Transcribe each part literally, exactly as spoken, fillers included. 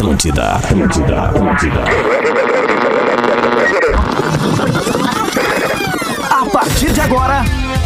Atlântida, Atlântida, Atlântida. A partir de agora,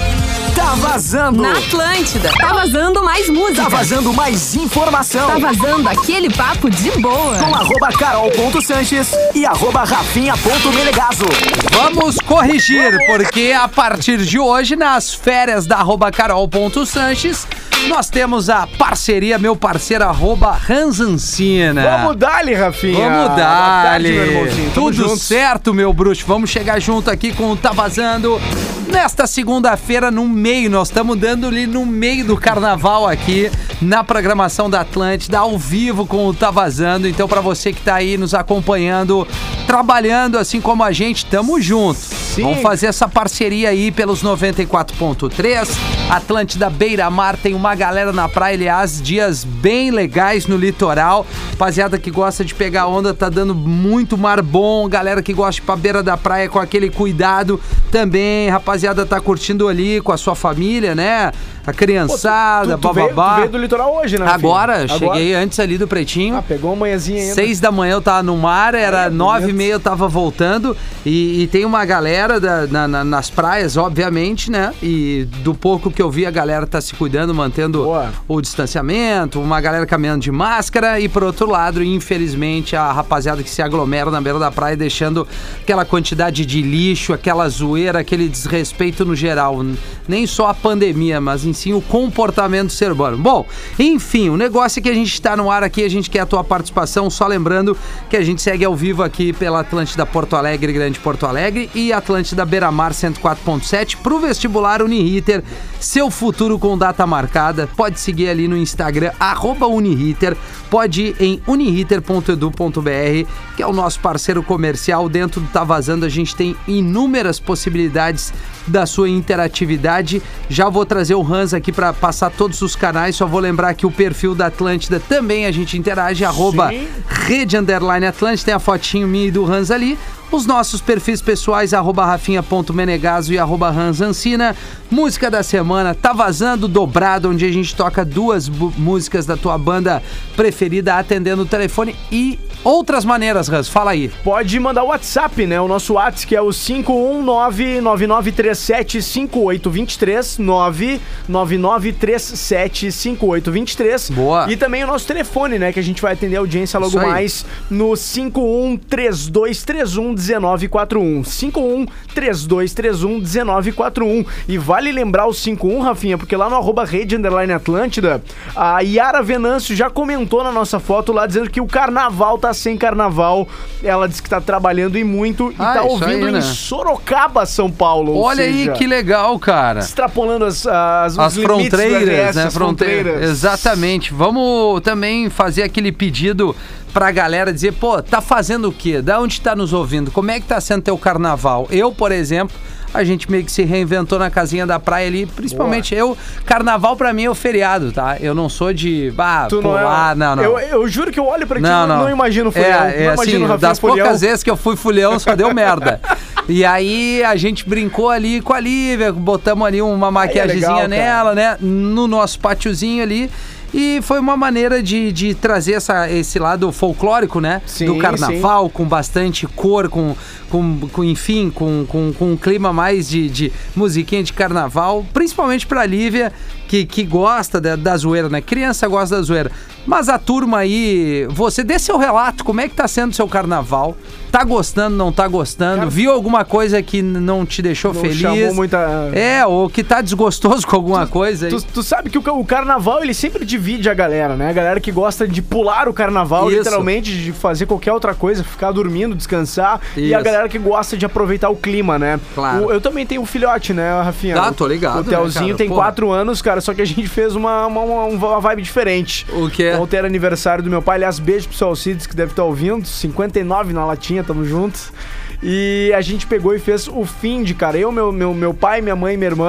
tá vazando. Na Atlântida. Tá vazando mais música. Tá vazando mais informação. Tá vazando aquele papo de boa. Com arroba carol.sanches e arroba rafinha.menegaso. Vamos corrigir, porque a partir de hoje, nas férias da arroba carol.sanches, nós temos a parceria, meu parceiro, arroba Ranzancina. Vamos dar-lhe, Rafinha. Vamos dar-lhe. Tudo juntos. certo, meu bruxo. Vamos chegar junto aqui com o Tá Vazando. Nesta segunda-feira, no meio, nós estamos dando-lhe no meio do carnaval aqui, na programação da Atlântida, ao vivo com o Tá Vazando. Então, pra você que tá aí nos acompanhando, trabalhando assim como a gente, tamo junto. Sim. Vamos fazer essa parceria aí pelos noventa e quatro ponto três. Atlântida Beira Mar, tem uma galera na praia, aliás, dias bem legais no litoral. Rapaziada que gosta de pegar onda, tá dando muito mar bom. Galera que gosta de ir pra beira da praia com aquele cuidado também. Rapaziada tá curtindo ali com a sua família, né? A criançada, Pô, tu, tu, tu, veio, bababá. tu veio do litoral hoje, né? Agora, filho? cheguei Agora? antes ali do Pretinho. Ah, pegou uma manhãzinha ainda. Seis da manhã eu tava no mar, era é nove e meia eu tava voltando. E, e tem uma galera da, na, na, nas praias, obviamente, né? E do pouco que eu vi, a galera tá se cuidando, mantendo Boa. o distanciamento, uma galera caminhando de máscara. E por outro lado, infelizmente, a rapaziada que se aglomera na beira da praia, deixando aquela quantidade de lixo, aquela zoeira, aquele desrespeito no geral. Nem só a pandemia, mas em si o comportamento do ser humano. Bom, enfim, o negócio é que a gente tá no ar aqui, a gente quer a tua participação, só lembrando que a gente segue ao vivo aqui pela Atlântida Porto Alegre, Grande Porto Alegre, e Atlântida Beira Mar cento e quatro ponto sete pro vestibular Uniriter, seu futuro com data marcada. Pode seguir ali no Instagram, arroba Uniriter, pode ir em uniriter ponto edu ponto br, que é o nosso parceiro comercial. Dentro do Tá Vazando a gente tem inúmeras possibilidades da sua interatividade. Já vou trazer o Hans aqui para passar todos os canais, só vou lembrar que o perfil da Atlântida também a gente interage, arroba rede underline Atlântida, tem a fotinho minha e do Hans ali. Os nossos perfis pessoais, arroba rafinha.menegaso e arroba ranzancina. Música da semana, Tá Vazando dobrado, onde a gente toca duas bu- músicas da tua banda preferida, atendendo o telefone e outras maneiras, Hans, fala aí. Pode mandar o WhatsApp, né? O nosso WhatsApp que é o cinco um nove, nove nove três sete, cinco oito dois três, nove nove nove três sete, cinco oito dois três. Boa. E também o nosso telefone, né? Que a gente vai atender a audiência logo Isso aí. mais no cinco um três dois três um um nove quatro um. cinco um três dois três um um nove quatro um. E vale lembrar o cinco um, Rafinha, porque lá no arroba rede underline Atlântida, a Yara Venâncio já comentou na nossa foto lá dizendo que o carnaval tá sem carnaval. Ela disse que tá trabalhando e muito e Ah, tá isso ouvindo aí, né? em Sorocaba, São Paulo. ou Olha seja, aí que legal, cara. extrapolando as, as, As os limites do R fronteiras, S, né? as Fronteiras. fronteiras. Exatamente. Vamos também fazer aquele pedido pra galera dizer, pô, tá fazendo o quê? Da onde tá nos ouvindo? Como é que tá sendo teu carnaval? Eu, por exemplo, a gente meio que se reinventou na casinha da praia ali, principalmente Boa. eu. Carnaval pra mim é o feriado, tá? Eu não sou de, ah, Tu não é- pular, não, não. Eu, eu juro que eu olho pra ti e Não, não, não. não imagino o Fulhão. É, é não assim, imagino o Rafinha das Fulhão. poucas vezes que eu fui fulhão, só deu merda. E aí a gente brincou ali com a Lívia, botamos ali uma maquiagemzinha legal, cara. nela, né? No nosso pátiozinho ali. E foi uma maneira de, de trazer essa, esse lado folclórico, né? Sim, do carnaval, com bastante cor, com, com, com enfim, com, com, com um clima mais de, de musiquinha de carnaval. Principalmente pra Lívia, que, que gosta da, da zoeira, né? Criança gosta da zoeira. Mas a turma aí, você dê seu relato, como é que tá sendo o seu carnaval? Tá gostando, não tá gostando? Cara, Viu alguma coisa que não te deixou não feliz? chamou muita... É, ou que tá desgostoso com alguma coisa aí? Tu, tu sabe que o, ca- o carnaval, ele sempre divide a galera, né? A galera que gosta de pular o carnaval, Isso. literalmente, de fazer qualquer outra coisa, ficar dormindo, descansar. E a Isso. galera que gosta de aproveitar o clima, né? Claro. O- eu também tenho um filhote, né, Rafinha? Tá, tô ligado, O Telzinho né, cara? tem Pô. quatro anos, cara, só que a gente fez uma, uma, uma, uma vibe diferente. O que é? Ontem era aniversário do meu pai. Aliás, beijo pro seu Alcides, que deve estar ouvindo. cinquenta e nove na latinha, tamo juntos. E a gente pegou e fez o fim de, cara. Eu, meu, meu, meu pai, minha mãe e minha irmã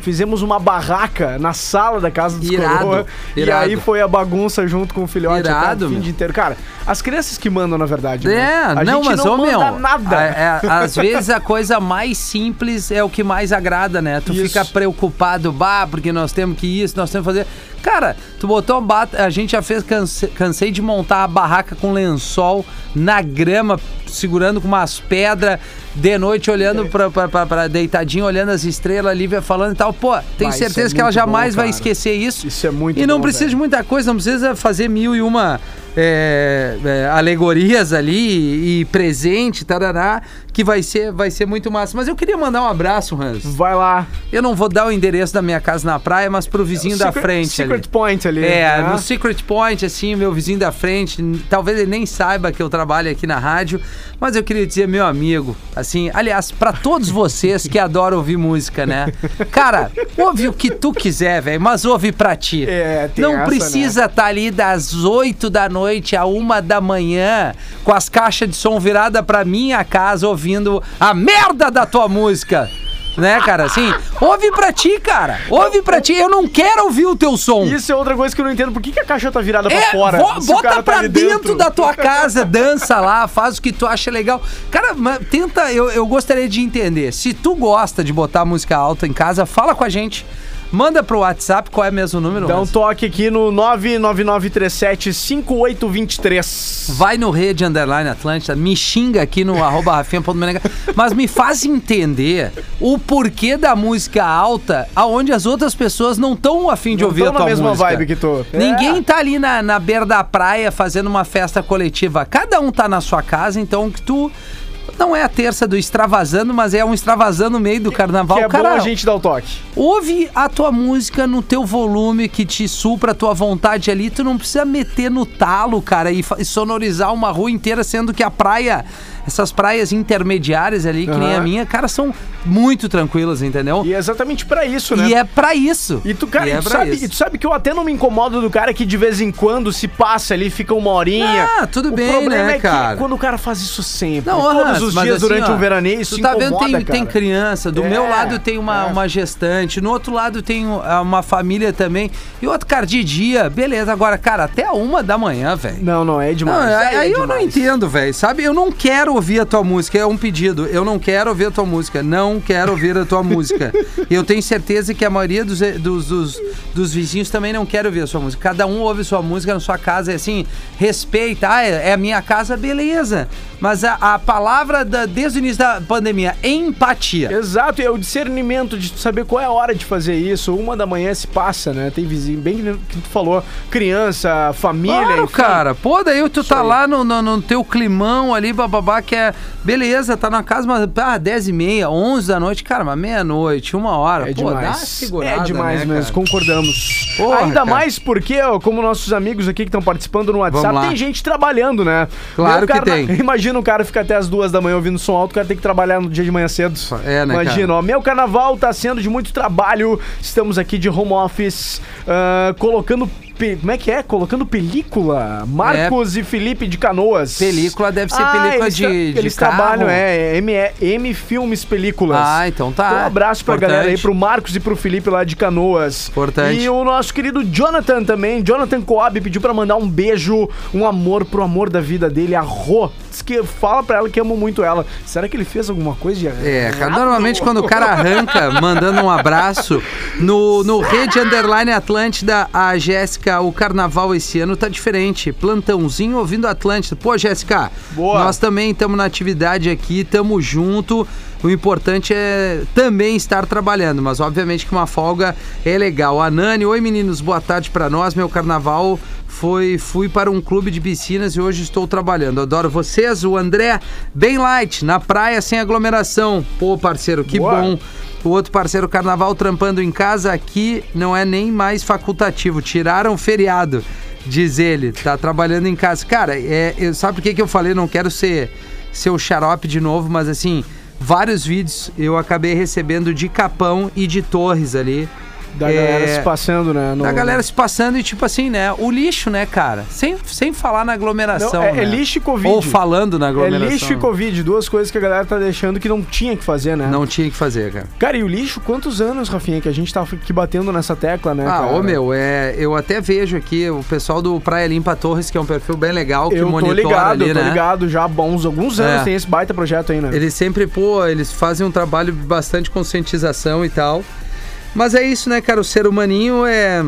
fizemos uma barraca na sala da casa dos Irado, coroa. irado. E aí foi a bagunça junto com o filhote Irado, até o fim meu. de inteiro. Cara, as crianças que mandam, na verdade. É, né? A não, gente mas, não ô, manda meu, nada. é, é, às vezes a coisa mais simples é o que mais agrada, né? Tu Isso. fica preocupado, bah, porque nós temos que isso, nós temos que fazer... Cara, tu botou uma bata, a gente já fez, canse, cansei de montar a barraca com lençol na grama, segurando com umas pedras, de noite olhando pra, pra, pra, pra deitadinho, olhando as estrelas, a Lívia falando e tal. Pô, tenho Bah, isso certeza é que ela muito jamais bom, vai cara. esquecer isso. Isso é muito E não bom, precisa velho. de muita coisa, não precisa fazer mil e uma é, é, alegorias ali e, e presente, tarará, que vai ser, vai ser muito massa. Mas eu queria mandar um abraço, Hans. Vai lá. Eu não vou dar o endereço da minha casa na praia, mas pro vizinho da Secret- frente Secret ali. Point ali. É, né? no Secret Point, assim, meu vizinho da frente, talvez ele nem saiba que eu trabalho aqui na rádio, mas eu queria dizer, meu amigo, assim, aliás, pra todos vocês que adoram ouvir música, né? Cara, ouve o que tu quiser, velho, mas ouve pra ti. É, tem Não essa, precisa estar ali das oito da noite a uma da manhã com as caixas de som virada pra minha casa ouvindo a merda da tua música. Né, cara? Assim, ouve pra ti, cara. Ouve pra ti. Eu não quero ouvir o teu som. Isso é outra coisa que eu não entendo. Por que, que a caixa tá virada pra É, fora? vo- se o cara bota tá pra ali dentro. da tua casa, dança lá, faz o que tu acha legal. Cara, mas tenta, eu, eu gostaria de entender. Se tu gosta de botar música alta em casa, fala com a gente. Manda pro WhatsApp, qual é mesmo o número? Dá um Hans? toque aqui no nove nove nove três sete cinco oito dois três. Vai no Rede Underline Atlântida, me xinga aqui no arroba rafinha ponto menega, mas me faz entender o porquê da música alta aonde as outras pessoas não estão afim de Não ouvir a tão na tua mesma música. vibe que tu. É. Ninguém tá ali na, na beira da praia fazendo uma festa coletiva. Cada um tá na sua casa, então que tu... Não é a terça do extravasando, mas é um extravasando no meio do carnaval. Que é Cara, bom a gente dar o toque. ouve a tua música no teu volume que te supra a tua vontade ali. Tu não precisa meter no talo, cara, e, fa- e sonorizar uma rua inteira, sendo que a praia, essas praias intermediárias ali, que nem Aham. a minha, cara, são muito tranquilas, entendeu? E é exatamente pra isso, né? E é pra isso. E tu, cara, E e é tu pra sabe, isso. e tu sabe que eu até não me incomodo do cara que de vez em quando se passa ali, fica uma horinha. Ah, tudo o bem, problema né, é cara? que quando o cara faz isso sempre, Não, todos Hans, os mas dias assim, durante ó, um veraneio, isso tu tá vendo, incomoda, tem, cara. tem criança, do É, meu lado tem uma, é. uma gestante, no outro lado tem uh, uma família também, e outro cara de dia, beleza, agora, cara, até a uma da manhã, velho. Não, não, é demais. Não, Isso aí é eu não demais. entendo, velho, sabe? Eu não quero ouvir a tua música, é um pedido. Eu não quero ouvir a tua música, não quero ouvir a tua música. E eu tenho certeza que a maioria dos, dos, dos, dos vizinhos também não quer ouvir a sua música. Cada um ouve sua música na sua casa, é assim, respeita. Ah, é, é a minha casa, beleza. Mas a, a palavra da, desde o início da pandemia, empatia. Exato, e é o discernimento de saber qual é a hora de fazer isso. Uma da manhã se passa, né? Tem vizinho, bem que tu falou, criança, família, Claro, enfim. cara. Pô, daí tu tá aí. lá no, no, no teu climão ali, bababá, que é... Beleza, tá na casa, mas ah, dez e meia, onze da noite, cara, mas meia-noite, uma hora. É Pô, dá uma demais. segurada, É demais né, mesmo, cara? concordamos. Porra, Ainda cara. mais porque, ó, como nossos amigos aqui que estão participando no Vamos WhatsApp, lá. tem gente trabalhando, né? Claro O cara- que tem. Imagina o cara ficar até as duas da manhã ouvindo som alto, o cara tem que trabalhar no dia de manhã cedo. É, né, Imagina, cara? ó, meu carnaval tá sendo de muito trabalho, estamos aqui de home office, ah, colocando... pe- Como é que é? Colocando película. Marcos e Felipe de Canoas. Película deve ser Ah, película eles de, tra- de Eles carro. trabalham, é, M, M Filmes Películas. Ah, então tá. Então, um abraço pra Importante. galera aí, pro Marcos e pro Felipe lá de Canoas. Importante. E o nosso querido Jonathan também, Jonathan Coab, pediu pra mandar um beijo, um amor pro amor da vida dele, a Rô. Diz que fala pra ela que amo muito ela. Será que ele fez alguma coisa de É, cara, errado? normalmente quando o cara arranca mandando um abraço no, no Rede Underline Atlântida, a Jéssica, o carnaval esse ano tá diferente. Plantãozinho ouvindo Atlântida. Pô, Jéssica, Boa. nós também estamos na atividade aqui, estamos junto. O importante é também estar trabalhando, mas obviamente que uma folga é legal. A Nani, oi meninos, boa tarde pra nós. Meu carnaval foi, fui para um clube de piscinas e hoje estou trabalhando. Adoro vocês. O André, bem light, na praia sem aglomeração. Pô, parceiro, que Boa. bom. O outro parceiro, carnaval trampando em casa, aqui não é nem mais facultativo. Tiraram o feriado, diz ele. Tá trabalhando em casa. Cara, é, eu, sabe por que, que eu falei? Não quero ser, ser o xarope de novo, mas assim, vários vídeos eu acabei recebendo de Capão e de Torres ali. Da É, galera se passando, né? no- Da galera se passando e tipo assim, né? O lixo, né, cara? Sem, sem falar na aglomeração, Não, é, né? é lixo e Covid. Ou falando na É aglomeração. lixo e Covid, duas coisas que a galera tá deixando que não tinha que fazer, né? Não tinha que fazer, cara. Cara, e o lixo, quantos anos, Rafinha, que a gente tá aqui batendo nessa tecla, né, Ah, cara? ô meu, é, eu até vejo aqui o pessoal do Praia Limpa Torres, que é um perfil bem legal, que Eu tô monitora ligado, ali, eu tô né? ligado já há bons alguns anos, É. tem esse baita projeto aí, né? Eles sempre, pô, eles fazem um trabalho de bastante conscientização e tal. Mas é isso, né, cara? O ser humaninho é...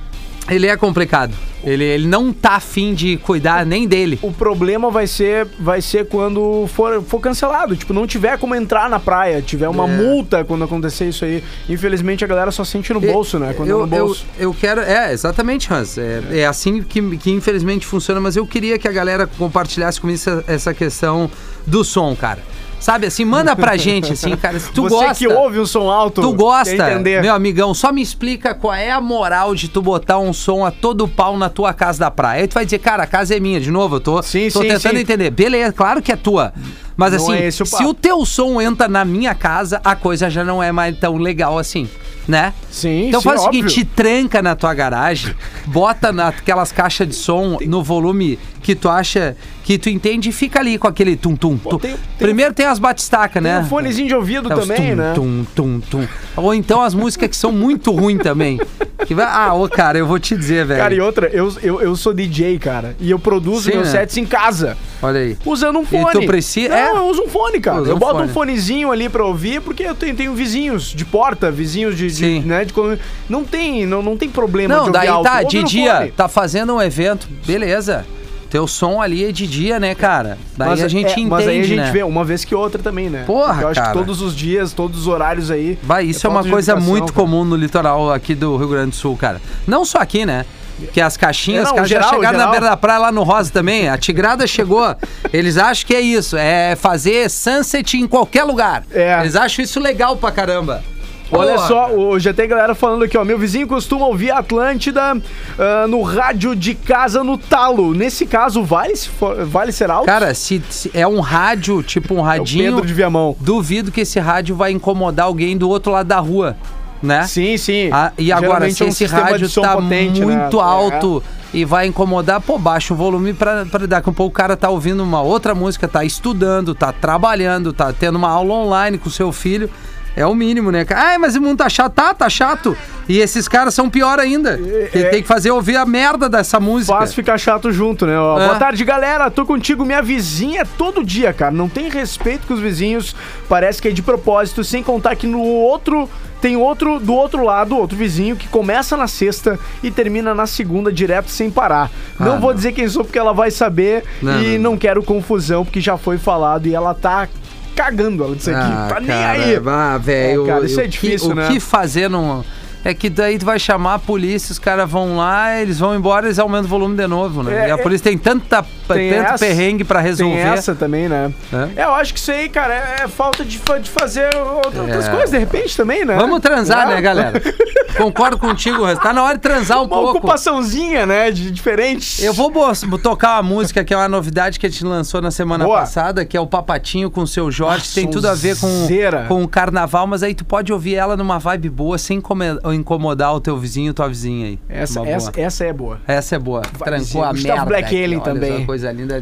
Ele é complicado. Ele, ele não tá afim de cuidar nem dele. O problema vai ser, vai ser quando for, for cancelado. Tipo, não tiver como entrar na praia, tiver uma É. multa quando acontecer isso aí. Infelizmente a galera só sente no bolso, né? Quando eu, é no bolso. Eu, eu quero... É, exatamente, Hans. É, é assim que, que infelizmente funciona. Mas eu queria que a galera compartilhasse comigo essa, essa questão do som, cara. Sabe assim, manda pra gente, assim, cara, se tu Você gosta... que ouve um som alto, Tu quer gosta, entender. meu amigão, só me explica qual é a moral de tu botar um som a todo pau na tua casa da praia. Aí tu vai dizer, cara, a casa é minha, de novo, eu tô, Sim, tô sim, tentando sim. entender. Beleza, claro que é tua. Mas Não assim, é esse o se papo. o teu som entra na minha casa, a coisa já não é mais tão legal assim, né? Sim, Então sim, faz o óbvio. seguinte, te tranca na tua garagem, bota naquelas caixas de som no volume que tu acha, que tu entende e fica ali com aquele tum-tum. tum. tem- tem- Primeiro tem as batistaca, Tem né? um fonezinho de ouvido É os também, tum, né? Tum, tum, tum. Ou então as músicas que são muito ruins também. Que vai... Ah, ô cara, eu vou te dizer, velho. Cara, e outra, eu, eu, eu sou D J, cara, e eu produzo Sim, meus né? sets em casa, Olha aí. usando um E fone. tu precisa- Não, é? eu uso um fone, cara. Usa eu um boto fone. um fonezinho ali pra ouvir, porque eu tenho, tenho vizinhos de porta, vizinhos de, de, Sim. né, de... com- Não tem, não, não tem problema de Não, ouvir daí alto. tá, Ouve de no dia, fone. tá fazendo um evento, beleza. Teu som ali é de dia, né, cara? Daí Mas, a gente é, entende, mas aí a gente né? vê uma vez que outra também, né? Porra, Porque eu acho cara. que todos os dias, todos os horários aí... Vai, isso é, uma falta de coisa educação, muito cara. comum no litoral aqui do Rio Grande do Sul, cara. Não só aqui, né? Que as caixinhas, É, não, os caras já geral, chegaram na geral. beira da praia lá no Rosa também. A Tigrada chegou. Eles acham que é isso, é fazer sunset em qualquer lugar. É. Eles acham isso legal pra caramba. Olha Porra. só, o- já tem galera falando aqui, ó. Meu vizinho costuma ouvir a Atlântida ah, no rádio de casa no talo. Nesse caso, vale, se for- vale ser alto? Cara, se, se é um rádio, tipo um é o radinho, Pedro de Viamão. duvido que esse rádio vai incomodar alguém do outro lado da rua, né? Sim, sim. Ah, e agora, Geralmente se é um esse sistema rádio de som tá potente, né? muito É. alto e vai incomodar, pô, baixa o volume pra, pra daqui a pouco o cara tá ouvindo uma outra música, tá estudando, tá trabalhando, tá tendo uma aula online com o seu filho. É o mínimo, né? Ai, mas o mundo tá chato. Tá, tá chato. E esses caras são pior ainda. Que é- tem que fazer ouvir a merda dessa música. Faz ficar chato junto, né? Ó, É. Boa tarde, galera. Tô contigo. Minha vizinha é todo dia, cara. Não tem respeito com os vizinhos. Parece que é de propósito. Sem contar que no outro... Tem outro, do outro lado, outro vizinho que começa na sexta e termina na segunda direto sem parar. Não Ah, vou não. dizer quem sou porque ela vai saber Não, e não, não, quero confusão porque já foi falado e ela tá cagando, ela disse aqui. Ah, Tá nem cara, aí. Ah, velho. É, cara, isso o é difícil, que, né? O que fazer num... É que daí tu vai chamar a polícia, os caras vão lá, eles vão embora, eles aumentam o volume de novo, né? É, e a é- polícia tem tanta, Tem tanto essa- perrengue pra resolver. Tem essa também, né? É. É, eu acho que isso aí, cara, é, é falta de, fa- de fazer outra- outras É. coisas, de repente, também, né? Vamos transar, É. né, galera? Concordo contigo, Rez. Tá na hora de transar um Uma pouco. ocupaçãozinha, né? De diferente. Eu vou bo- tocar uma música que é uma novidade que a gente lançou na semana Boa. passada, que é o Papatinho com o seu Jorge, Ah, que tem tudo a ver com, sonzeira. com o carnaval, mas aí tu pode ouvir ela numa vibe boa, sem come- incomodar o teu vizinho, tua vizinha aí. Essa, Uma boa. essa, essa é boa. Essa é boa. Trancou Vibezinho. a Gustavo merda. Black aqui, Alien olha também. só, coisa linda.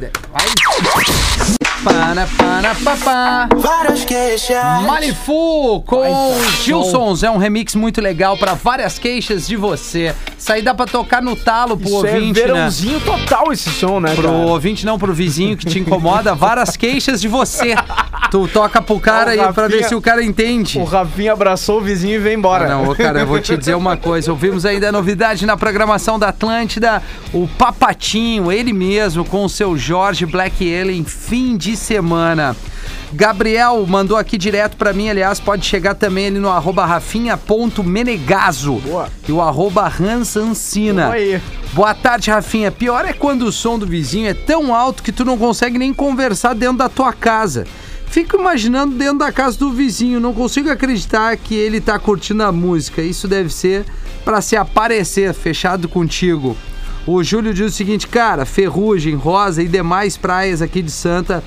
Ai. Pana, pana, papá. Várias queixas. Malifu com Baita Gilsons. É um remix muito legal pra várias queixas de você. Isso aí dá pra tocar no talo pro Isso ouvinte, é né? verãozinho total esse som, né, Pro cara? ouvinte, não, pro vizinho que te incomoda, várias queixas de você. Tu toca pro cara O aí pra ver Rafinha- se o cara entende. O Rafinha abraçou o vizinho e veio Ah, embora. não, ô, cara, eu vou te dizer uma coisa. Ouvimos ainda a novidade na programação da Atlântida, o Papatinho, ele mesmo, com o seu Jorge Black Alien, fim de semana. Gabriel mandou aqui direto pra mim, aliás, pode chegar também ali no arroba rafinha.menegaso. Boa. E o arroba Hansancina. Vamos aí. Boa tarde, Rafinha. Pior é quando o som do vizinho é tão alto que tu não consegue nem conversar dentro da tua casa. Fico imaginando dentro da casa do vizinho, não consigo acreditar que ele tá curtindo a música. Isso deve ser pra se aparecer, fechado contigo. O Júlio diz o seguinte, cara, Ferrugem, Rosa e demais praias aqui de Santa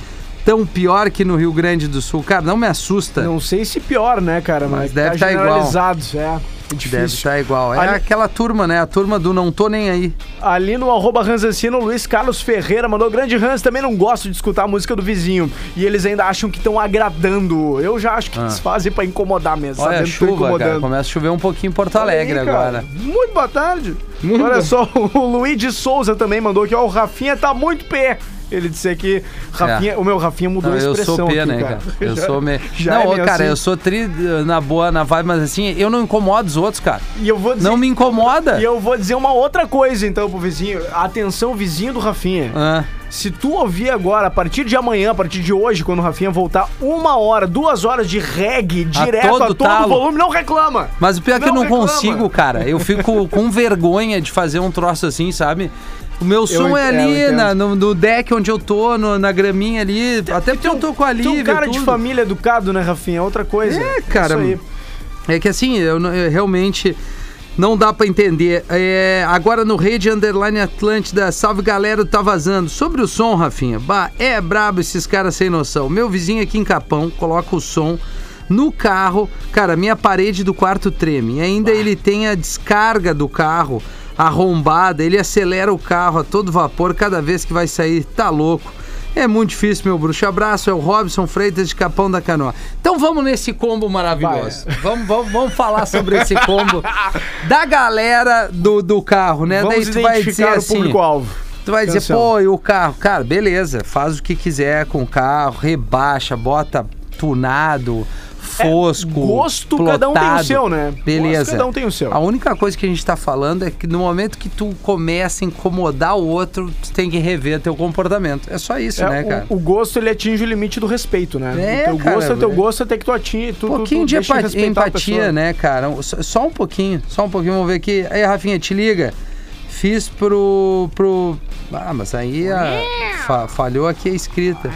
tão pior que no Rio Grande do Sul. Cara, não me assusta. Não sei se pior, né, cara? Mas, Mas deve tá tá igual. generalizado, é. Difícil. Deve estar igual. É Ali- aquela turma, né? A turma do não tô nem aí. Ali no arroba Ranzancino, o Luiz Carlos Ferreira mandou: grande Hans, também não gosto de escutar a música do vizinho. E eles ainda acham que estão agradando. Eu já acho que eles fazem pra incomodar mesmo. Olha a sabendo que tão chuva, cara. Começa a chover um pouquinho em Porto Alegre Olha aí, cara. agora. Muito boa tarde. Muito Olha bom. só, o Luiz de Souza também mandou aqui, ó, o Rafinha tá muito pé. Ele disse aqui, Rafinha, É. o meu Rafinha mudou Não, a eu expressão sou P, aqui, né, cara? Eu Já- sou meio... já Não, é ô, meio cara, assim. eu sou tri na boa, na vibe, mas assim, eu não incomodo os outros, cara. E eu vou dizer, Não me incomoda. e eu vou dizer uma outra coisa então pro vizinho. Atenção, vizinho do Rafinha. Ah, Se tu ouvir agora, a partir de amanhã, a partir de hoje, quando o Rafinha voltar, uma hora, duas horas de reggae direto a todo todo, talo. volume, não reclama. mas o pior é que eu Não não reclama. consigo, cara. Eu fico com vergonha de fazer um troço assim, sabe? O meu som Eu é ent- é, eu ali, entendo. na, no, no deck onde eu tô, no- na graminha ali. Até porque eu tô com a Tu é Lívia um cara e de tudo. família educado, né, Rafinha? É outra coisa. É, cara. Isso aí. É que assim, eu, não- eu realmente não dá pra entender. É, agora no Rede Underline Atlântida, salve galera, tá vazando. Sobre o som, Rafinha, bah, é brabo esses caras sem noção. Meu vizinho aqui em Capão coloca o som no carro, cara, minha parede do quarto treme. E ainda ele tem a descarga do carro arrombada, ele acelera o carro a todo vapor cada vez que vai sair, tá louco. É muito difícil, meu bruxo. Abraço, é o Robson Freitas de Capão da Canoa. Então vamos nesse combo maravilhoso. Vamos, vamos, vamos falar sobre esse combo da galera do, do carro, né? Vamos Daí tu vai dizer identificar o assim, público-alvo. tu vai dizer, Atenção. pô, e o carro? Cara, beleza, faz o que quiser com o carro, rebaixa, bota tunado, fosco, gosto, cada um tem o plotado. seu, né? Beleza. Gosto, cada um tem o seu. A única coisa que a gente tá falando é que no momento que tu começa a incomodar o outro, tu tem que rever teu comportamento. É só isso, É, né, cara? o, o gosto, ele atinge o limite do respeito, né? É, o teu cara, gosto é teu é. gosto, até que tu atinge. Tu, Um tu- pouquinho tu de deixa empa- respeitar a empatia, pessoa. né, cara? Só, só um pouquinho, só um pouquinho, vamos ver aqui. Aí, Rafinha, te liga. Fiz pro... pro... Ah, mas aí a... fa- falhou aqui a escrita.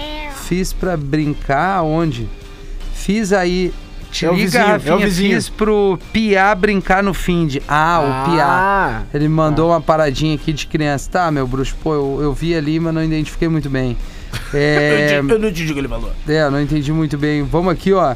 Fiz pra brincar onde? Fiz aí... Te É o liga, vizinho, é o Rafinha, vizinho. fiz pro Piá brincar no fim de... Ah, o Piá. Ah, Ele mandou uma paradinha aqui de criança. Tá, meu bruxo, pô, eu, eu vi ali, mas não identifiquei muito bem. É... eu não te digo o que ele falou. É, eu não entendi muito bem. Vamos aqui, ó.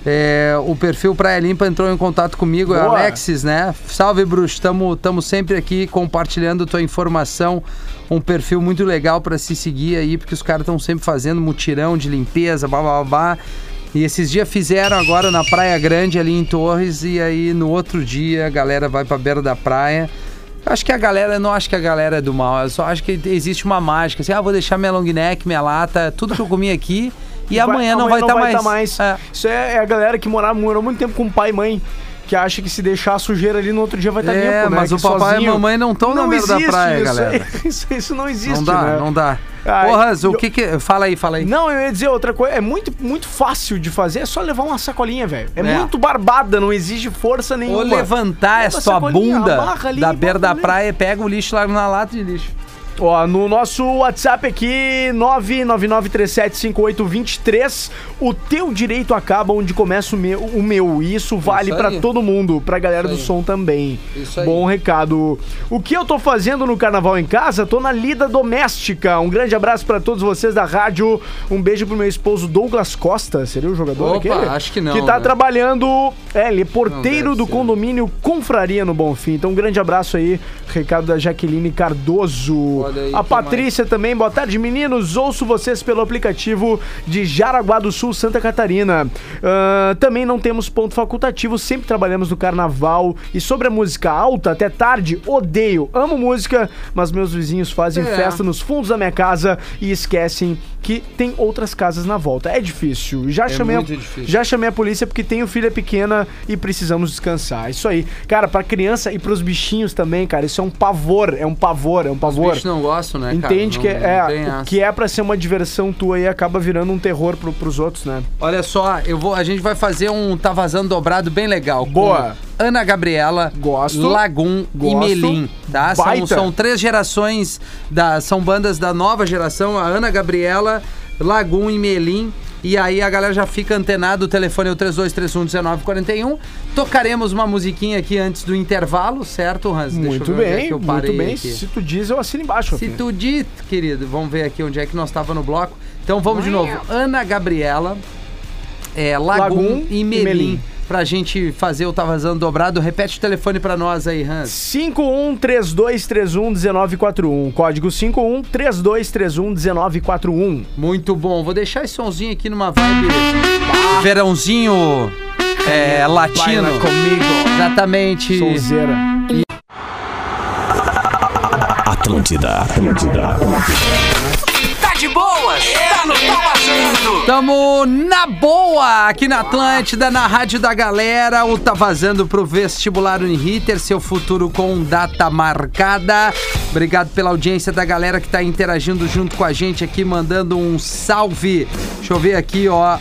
É, o perfil Praia Limpa entrou em contato comigo, é Boa. Alexis, né? Salve, bruxo. Tamo, tamo sempre aqui compartilhando tua informação. Um perfil muito legal pra se seguir aí, porque os caras estão sempre fazendo mutirão de limpeza, blá, blá, blá, blá. E esses dias fizeram agora na Praia Grande ali em Torres, e aí no outro dia a galera vai pra beira da praia. Eu acho que a galera, eu não acho que a galera é do mal, eu só acho que existe uma mágica, assim, ah, vou deixar minha long neck, minha lata, tudo que eu comi aqui, e amanhã não vai estar mais. tá mais. É. Isso é, é a galera que morava, morou muito tempo com pai e mãe, que acha que se deixar a sujeira ali no outro dia vai estar É, limpo, né? mas Que o papai sozinho- e a mamãe não estão na Não beira da existe praia, isso, galera. Isso, isso não existe, Não dá, né? não dá. Ah, Ô, Hans, o eu- que que... Fala aí, fala aí. Não, eu ia dizer outra coisa. É muito, muito fácil de fazer. É só levar uma sacolinha, velho. É, É. muito barbada, não exige força nenhuma. Ou levantar Leva a sua sacolinha, bunda amarra ali da e beira bota da ali. praia e pega o lixo lá na lata de lixo. Ó, no nosso WhatsApp aqui, nove nove nove três sete cinco oito dois três, o teu direito acaba onde começa o meu. O meu. E isso vale Isso pra aí. todo mundo, pra galera Isso do aí. som também. Isso aí. Bom recado. O que eu tô fazendo no carnaval em casa? Tô na lida doméstica. Um grande abraço pra todos vocês da rádio. Um beijo pro meu esposo Douglas Costa. Seria o jogador Opa, aquele? acho que não, Que tá né? trabalhando. É, ele é porteiro Não deve do ser. condomínio Confraria no Bonfim. Então, um grande abraço aí. Recado da Jaqueline Cardoso. Olha aí, A que Patrícia também. Boa tarde, meninos. Ouço vocês pelo aplicativo de Jaraguá do Sul, Santa Catarina. Ah, também não temos ponto facultativo. Sempre trabalhamos no carnaval. E sobre a música alta, até tarde, odeio. Amo música, mas meus vizinhos fazem É. festa nos fundos da minha casa e esquecem que tem outras casas na volta. É difícil. Já chamei muito a, difícil. já chamei a polícia porque tenho filha pequena e precisamos descansar. Isso aí. Cara, pra criança e pros bichinhos também, cara, isso é um pavor. É um pavor, é um Os pavor. bichos não gostam, né, cara? Entende Não- que não é, tem é essa. o que é pra ser uma diversão tua e acaba virando um terror pro, pros outros, né? Olha só, eu vou, a gente vai fazer um Tá Vazando dobrado bem legal. com Boa. Ana Gabriela, Gosto. Lagum e Gosto. Melim, tá? São, Baita. são três gerações, da, são bandas da nova geração, a Ana Gabriela, Lagum e Melim. E aí a galera já fica antenada, o telefone é o três dois três um um nove quatro um. Tocaremos uma musiquinha aqui antes do intervalo, certo, Hans? Deixa Muito eu ver onde é bem, que eu muito parei bem. aqui. Se tu diz, eu assino embaixo. Se Rafinha. tu diz, querido, vamos ver aqui onde é que nós estava no bloco. Então vamos de novo. Ana Gabriela, é, Lagum, Lagum e e Melim. Melim. Pra gente fazer o Tá Vazando dobrado. Repete o telefone pra nós aí, Hans. cinco um três dois três um um nove quatro um. Código cinco um três dois três um um nove quatro um. Muito bom. Vou deixar esse sonzinho aqui numa vibe verãozinho é, latino. Baila comigo. Exatamente. Sonzeira. Atlântida, Atlântida, Atlântida. Tá de boas? Tá no Tá Vazando. Tamo na boa aqui na Atlântida, na Rádio da Galera. O Tá Vazando pro vestibular Uniriter, seu futuro com data marcada. Obrigado pela audiência da galera que tá interagindo junto com a gente aqui, mandando um salve. Deixa eu ver aqui, ó.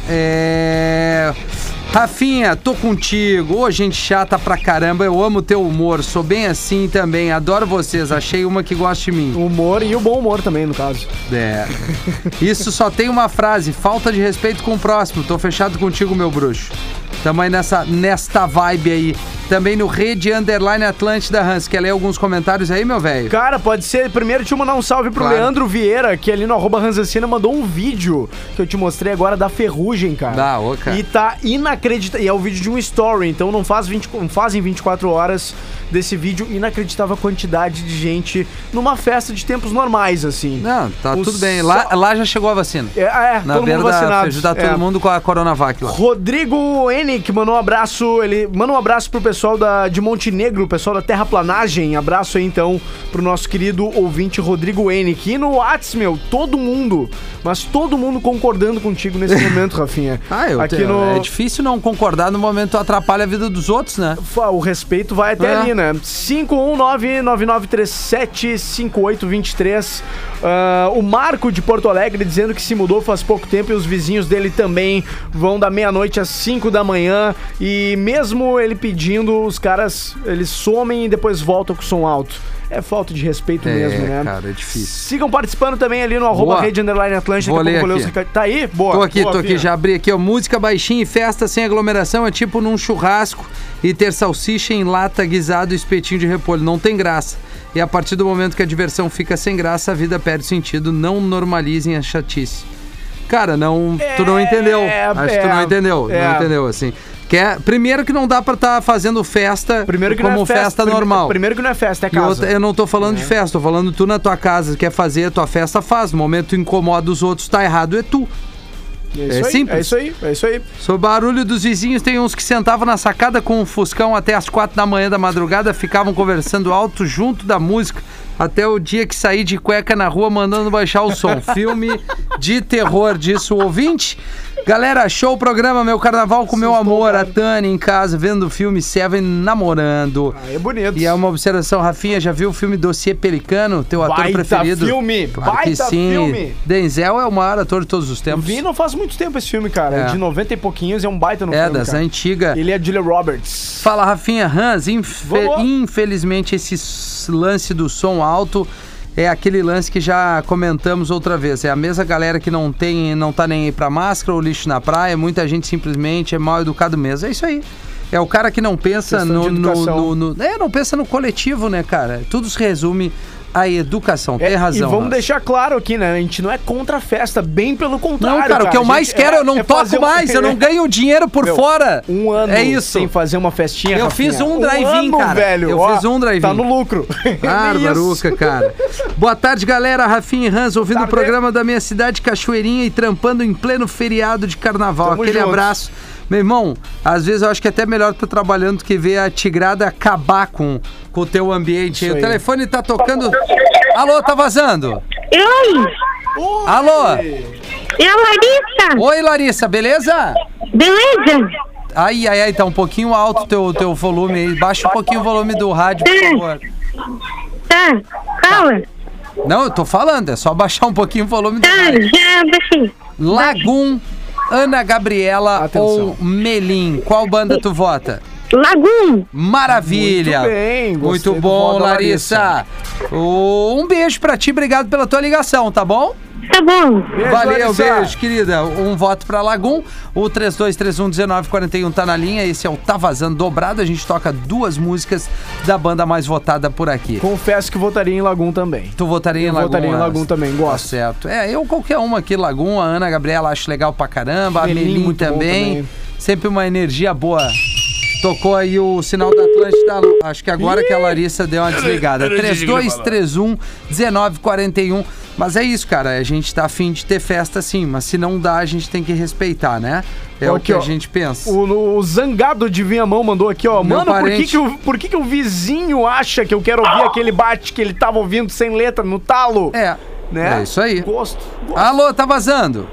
É... Rafinha, tô contigo. Ô, gente chata pra caramba. Eu amo teu humor. Sou bem assim também. Adoro vocês. Achei uma que gosta de mim. O humor e o bom humor também, no caso. É. Isso só tem uma frase: falta de respeito com o próximo. Tô fechado contigo, meu bruxo. Tamo aí nessa, nesta vibe aí. Também no Rede Underline Atlântida, Hans. Quer ler alguns comentários aí, meu velho? Cara, pode ser. Primeiro, deixa eu mandar um salve pro Claro. Leandro Vieira, que ali no arroba Ranzacina mandou um vídeo que eu te mostrei agora da ferrugem, cara. Ah, ô, cara. E tá inacreditável. E é o vídeo de um story, então não, faz vinte, não fazem vinte e quatro horas desse vídeo. Inacreditável a quantidade de gente numa festa de tempos normais, assim. Não, tá O tudo bem. Lá, sal- lá já chegou a vacina. É, é Na todo beira mundo da vacinado. ajudar todo É. mundo com a Coronavac lá. Rodrigo Enick mandou um abraço, ele manda um abraço pro pessoal da, de Montenegro, pessoal da Terraplanagem. Abraço aí então pro nosso querido ouvinte Rodrigo Enick. E no Whats, meu, todo mundo, mas todo mundo concordando contigo nesse momento, Rafinha. Ah, eu Aqui tenho, no... é difícil não concordar no momento que tu atrapalha a vida dos outros, né? Fa- O respeito vai até É. ali, né? cinco um nove nove nove três sete cinco oito dois três. Ah, o Marco de Porto Alegre dizendo que se mudou faz pouco tempo e os vizinhos dele também vão da meia-noite às cinco da manhã. E mesmo ele pedindo, os caras, eles somem e depois voltam com o som alto. É falta de respeito É, mesmo, né? cara, é difícil. Sigam participando também ali no arroba Boa. Rede Underline Atlântida. Vou daqui a ler pouco eu aqui. leio os recados. Tá aí? Boa. Tô aqui, boa, tô aqui, Fia. já abri aqui, ó. Música baixinha e festa sem aglomeração é tipo num churrasco e ter salsicha em lata, guisado e espetinho de repolho. Não tem graça. E a partir do momento que a diversão fica sem graça, a vida perde sentido. Não normalizem a chatice. Cara, não, tu não entendeu. Acho que tu é, não entendeu. é. Não entendeu, assim. Que é, primeiro que não dá pra estar fazendo festa Primeiro que como não é festa, festa, prime- normal. Primeiro que não é festa, é E casa. outra, eu não tô falando de festa, tô falando tu na tua casa, quer fazer a tua festa, faz. No momento que tu incomoda os outros, tá errado, é tu. É, isso é aí, simples. É isso aí, é isso aí. Sobre o barulho dos vizinhos, tem uns que sentavam na sacada com um fuscão até as quatro da manhã da madrugada, ficavam conversando alto junto da música, até o dia que saí de cueca na rua mandando baixar o som. Filme de terror, disse o ouvinte. Galera, show o programa Meu Carnaval com Meu Amor, a Tânia em casa, vendo o filme Seven, namorando. Ah, é bonito. E é uma observação, Rafinha, já viu o filme Dossiê Pelicano, teu ator Baita preferido? filme, Claro que baita sim. filme. Denzel é o maior ator de todos os tempos. Vi não faz muito tempo esse filme, cara. É. De noventa e pouquinhos, é um baita no É, filme, das cara. antigas. Ele é Julia Roberts. Fala, Rafinha. Hans, infe- Vamos. infelizmente esse s- lance do som alto é aquele lance que já comentamos outra vez. É a mesma galera que não tem, não tá nem aí pra máscara ou lixo na praia. Muita gente simplesmente é mal educado mesmo. É isso aí. É o cara que não pensa Questão no, de no, educação. no, no- É, não pensa no coletivo, né, cara? Tudo se resume à educação. É, Tem razão. E vamos Hans. deixar claro aqui, né? A gente não é contra a festa, bem pelo contrário. Não, cara, o que eu A mais gente quero, é- eu não é toco fazer um- mais, eu não ganho dinheiro por Meu, fora. Um ano É isso. sem fazer uma festinha, Eu Rafinha. fiz um drive-in, ano, cara. velho. Eu Ó, fiz um drive-in. Tá no lucro. Barbaruca, cara. Boa tarde, galera. Rafinha e Hans, ouvindo Tarde. o programa da minha cidade, Cachoeirinha, e trampando em pleno feriado de carnaval. Tamo Aquele junto. abraço. Meu irmão, às vezes eu acho que é até melhor tu trabalhando do que ver a tigrada acabar com, com o teu ambiente. Isso O aí. telefone tá tocando. Alô, tá vazando? Oi, Alô? é a Larissa. Oi, Larissa, beleza? Beleza? Ai, ai, ai, tá um pouquinho alto o teu, teu volume aí. Baixa um pouquinho o volume do rádio, por favor. Tá, fala. Não, eu tô falando, é só baixar um pouquinho o volume do Tá, rádio. já baixei. Lagum, Ana Gabriela Atenção. ou Melim? Qual banda tu vota? Lagum. Maravilha! Muito bem, gostei Muito do bom, voto da Larissa. Ô, um beijo pra ti, obrigado pela tua ligação, tá bom? Tá bom. Beijo, Valeu, Larissa. beijo, querida. Um voto pra Lagum. O três dois três um, um nove quatro um tá na linha. Esse é o Tá Vazando Dobrado. A gente toca duas músicas da banda mais votada por aqui. Confesso que votaria em Lagum também. Tu votaria em Eu Lagum? votaria em Ana? Lagum também, Tá gosto. certo. É, eu qualquer uma aqui, Lagum. A Ana Gabriela acho legal pra caramba. A Melim, Melim muito bom também. também. Sempre uma energia boa. Tocou aí o sinal da Atlântida. Acho que agora que a Larissa deu uma desligada. três dois três um, um nove quatro um. Mas é isso, cara. A gente tá afim de ter festa sim. Mas se não dá, a gente tem que respeitar, né? É Aqui, o que ó, a gente pensa. O, o Zangado de Vinhamão mandou aqui, ó. Meu Mano, por que, parente. que, o, por que, que o vizinho acha que eu quero ouvir aquele bate que ele tava ouvindo sem letra no talo? É. Né? É isso aí. Gosto. Alô, tá vazando?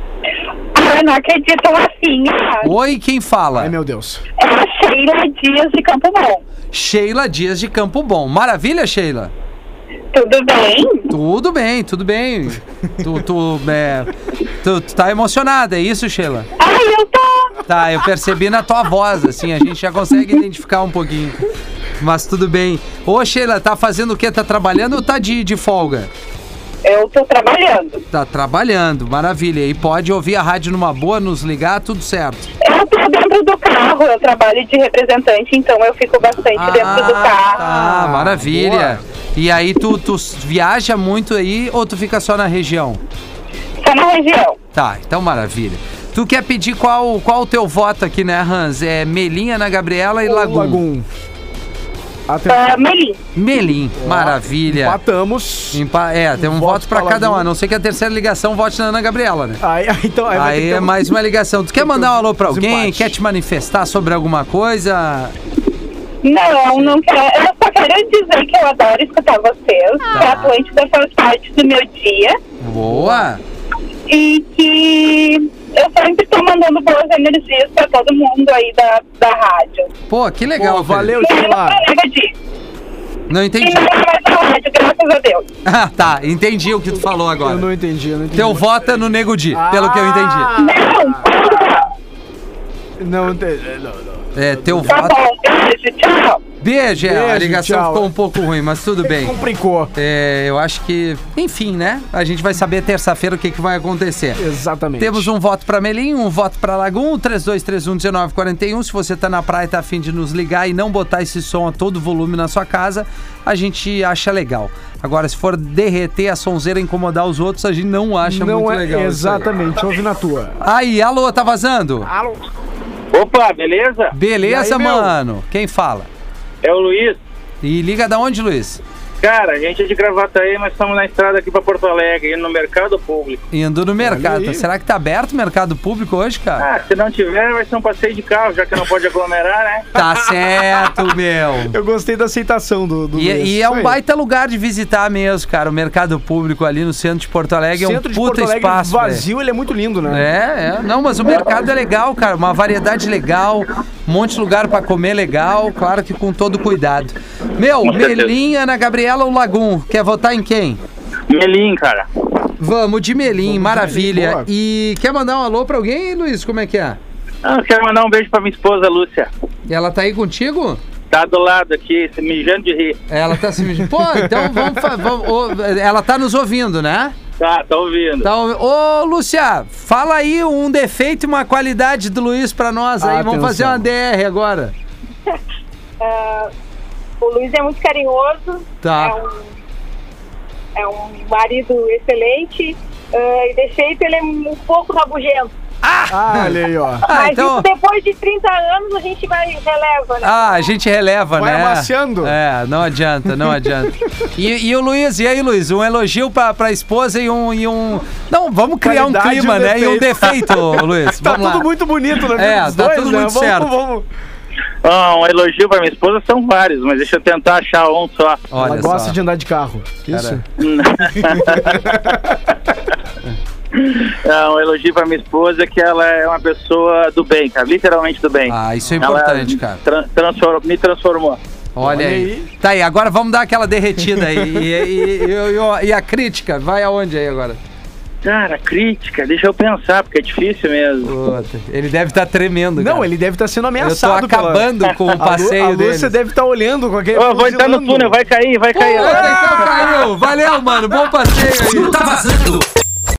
Ai, não acredito assim. Oi, quem fala? Ai, meu Deus. É a Sheila Dias de Campo Bom. Sheila Dias de Campo Bom. Maravilha, Sheila? Tudo bem? Tudo bem, tudo bem. tu, tu, é, tu, tu tá emocionada, é isso, Sheila? Ai, eu tô. Tá, eu percebi na tua voz, assim, a gente já consegue identificar um pouquinho. Mas tudo bem. Ô, Sheila, tá fazendo o quê? Tá trabalhando ou tá de, de folga? Eu tô trabalhando. Tá trabalhando, maravilha. E pode ouvir a rádio numa boa, nos ligar, tudo certo. Eu tô dentro do carro, eu trabalho de representante, então eu fico bastante dentro do carro. Tá, maravilha. boa. E aí, tu, tu viaja muito aí ou tu fica só na região? Só na região. Tá, então maravilha. Tu quer pedir qual, qual o teu voto aqui, né, Hans? É Melinha, Ana Gabriela e Lagum. Lagum. Até Uh, Melim. Melim, maravilha. Empatamos. Empa é, tem um Voto voto pra pra cada um, Lagum. a não ser que a terceira ligação vote na Ana Gabriela, né? Aí, aí, então, aí, vai ter Aí que ter é um- mais uma ligação. Tu quer mandar um alô pra Os alguém? empates. Quer te manifestar sobre alguma coisa? Não, não quero. Eu só quero dizer que eu adoro escutar vocês, que a Atlântida faz parte do meu dia Boa! e que eu sempre estou mandando boas energias para todo mundo aí da, da rádio. Pô, que legal, Pô, velho. valeu, E eu Sheila. não de Não e entendi. não é mais na rádio, graças a Deus. Ah, tá, entendi o que tu falou agora. Eu não entendi, eu não entendi. Teu voto é no Nego Di, pelo que eu entendi. Não, Não entendi. Não, não. É, teu tá voto... bom, beijo, tchau. Beijo, é, a Beijo, ligação tchau. ficou um pouco ruim, mas tudo bem. Complicou. É, eu acho que, enfim, né? A gente vai saber terça-feira o que, que vai acontecer. Exatamente. Temos um voto pra Melim, um voto pra Lagum, três dois três um, um nove quatro um. Se você tá na praia e tá afim de nos ligar e não botar esse som a todo volume na sua casa, a gente acha legal. Agora, se for derreter a sonzeira e incomodar os outros, a gente não acha Não muito é legal. isso aí. exatamente. Ouve na tua. Aí, alô, tá vazando? Alô. Opa, beleza? Beleza, E aí, meu? mano? Quem fala? É o Luiz. E liga da onde, Luiz? Cara, a gente é de Gravataí, mas estamos na estrada aqui pra Porto Alegre, indo no mercado público. Indo no mercado. aí. Será que tá aberto o mercado público hoje, cara? Ah, se não tiver, vai ser um passeio de carro, já que não pode aglomerar, né? Tá certo, meu. Eu gostei da aceitação do, do E, Luiz. e é Isso um aí. baita lugar de visitar mesmo, cara. O mercado público ali no centro de Porto Alegre Centro é um de puta Porto Alegre espaço. vazio, ele é muito lindo, velho. né? É, é. Não, mas o mercado é legal, cara. Uma variedade legal, um monte de lugar pra comer legal, claro que com todo cuidado. Meu, Melim, Ana Gabriela ou Lagum? Quer votar em quem? Melim, cara. Vamos de Melim, maravilha. boa. E quer mandar um alô pra alguém, Luiz? Como é que é? Ah, eu quero mandar um beijo pra minha esposa, Lúcia. Ela tá aí contigo? Tá do lado aqui, se mijando de rir. Ela tá se mijando. Pô, então vamos, fa- vamos ô, ela tá nos ouvindo, né? Tá, tá ouvindo. Então, ô Lúcia, fala aí um defeito e uma qualidade do Luiz pra nós aí. Vamos Atenção. fazer uma D R agora. Ah, o Luiz é muito carinhoso, Tá. é, um, é um marido excelente, ah, e defeito ele é um pouco rabugento. Ah, olha aí, ó. Ah, Mas então. isso depois de trinta anos a gente vai releva, né? Ah, a gente releva, Vai né? amaciando. É, não adianta, não adianta. E, e o Luiz, e aí, Luiz? Um elogio pra, pra esposa e um, e um. Não, vamos criar um Qualidade e clima, um né? E um defeito. defeito, Luiz. Tá Vamos tudo lá. muito bonito na vida É, dos tá dois, tudo né? muito Vamos, certo. Vamos, Ah, um elogio pra minha esposa são vários, mas deixa eu tentar achar um só. Olha Ela gosta só. de andar de carro. Isso? Ah, um elogio pra minha esposa que ela é uma pessoa do bem, cara, literalmente do bem. Ah, isso é Ela importante, cara. tran- transform- me transformou. Olha, Olha aí. aí. Tá aí, agora vamos dar aquela derretida aí. E, e- e- e- e a crítica, vai aonde aí agora? Cara, crítica, deixa eu pensar, porque é difícil mesmo. Puta, ele deve estar tremendo, Não, cara. ele deve estar sendo Eu tô ameaçado pela- acabando com o A Lu- passeio A Lúcia deles. deve estar olhando com aquele. Ó, vou entrar no fuzilando. túnel, vai cair, vai cair. Puta, então caiu. Valeu, mano. Bom passeio aí. Tá vazando.